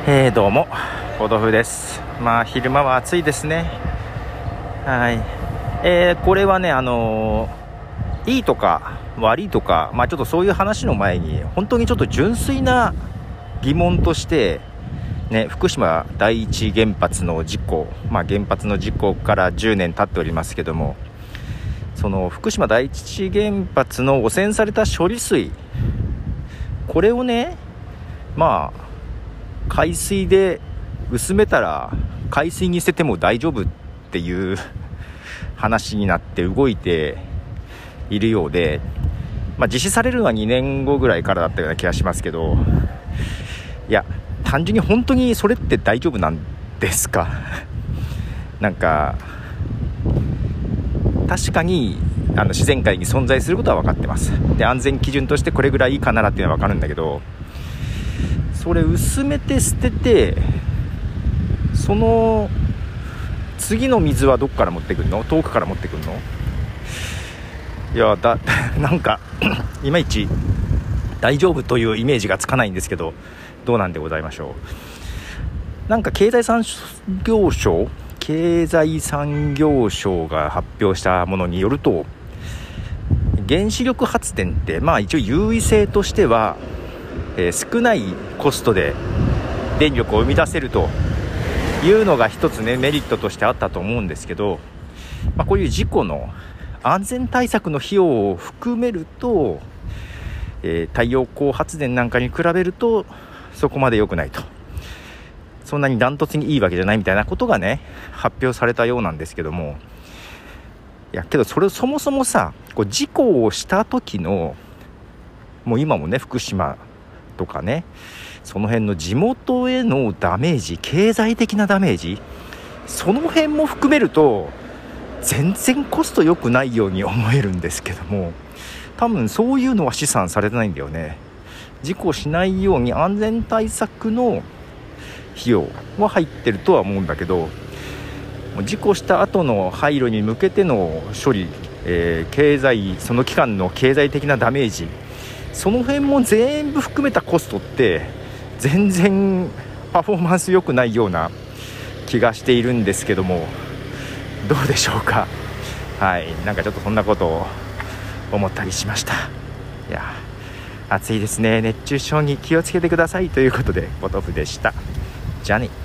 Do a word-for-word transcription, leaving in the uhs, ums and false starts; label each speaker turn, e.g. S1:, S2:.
S1: えー、どうもポトフです。まあ昼間は暑いですね。はい、えー、これはねあのー、いいとか悪いとか、まあちょっとそういう話の前に本当にちょっと純粋な疑問としてね、福島第一原発の事故、まあ原発の事故からじゅうねん経っておりますけども、その福島第一原発の汚染された処理水、これをね、まあ海水で薄めたら海水に捨てても大丈夫っていう話になって動いているようで、まあ、実施されるのはにねんごぐらいからだったような気がしますけど、いや単純に本当にそれって大丈夫なんですかなんか確かにあの自然界に存在することは分かってます。で、安全基準としてこれぐらいいいかならっていうのは分かるんだけど、それ薄めて捨てて、その次の水はどっから持ってくるの？遠くから持ってくるの？いやだなんかいまいち大丈夫というイメージがつかないんですけど、どうなんでございましょう。なんか経済産業省経済産業省が発表したものによると、原子力発電ってまあ一応優位性としては、えー、少ないコストで電力を生み出せるというのが一つねメリットとしてあったと思うんですけど、まあ、こういう事故の安全対策の費用を含めると、えー、太陽光発電なんかに比べるとそこまで良くないと、そんなにダントツにいいわけじゃないみたいなことがね発表されたようなんですけども、いやけどそれそもそもさ、こう事故をした時のもう今もね福島とかね、その辺の地元へのダメージ、経済的なダメージ、その辺も含めると全然コスト良くないように思えるんですけども、多分そういうのは試算されてないんだよね。事故しないように安全対策の費用は入ってるとは思うんだけど、事故した後の廃炉に向けての処理、えー、経済その期間の経済的なダメージ、その辺も全部含めたコストって全然パフォーマンス良くないような気がしているんですけども、どうでしょうか。はい、なんかちょっとそんなことを思ったりしました。いや暑いですね。熱中症に気をつけてくださいということでポトフでした。じゃあね。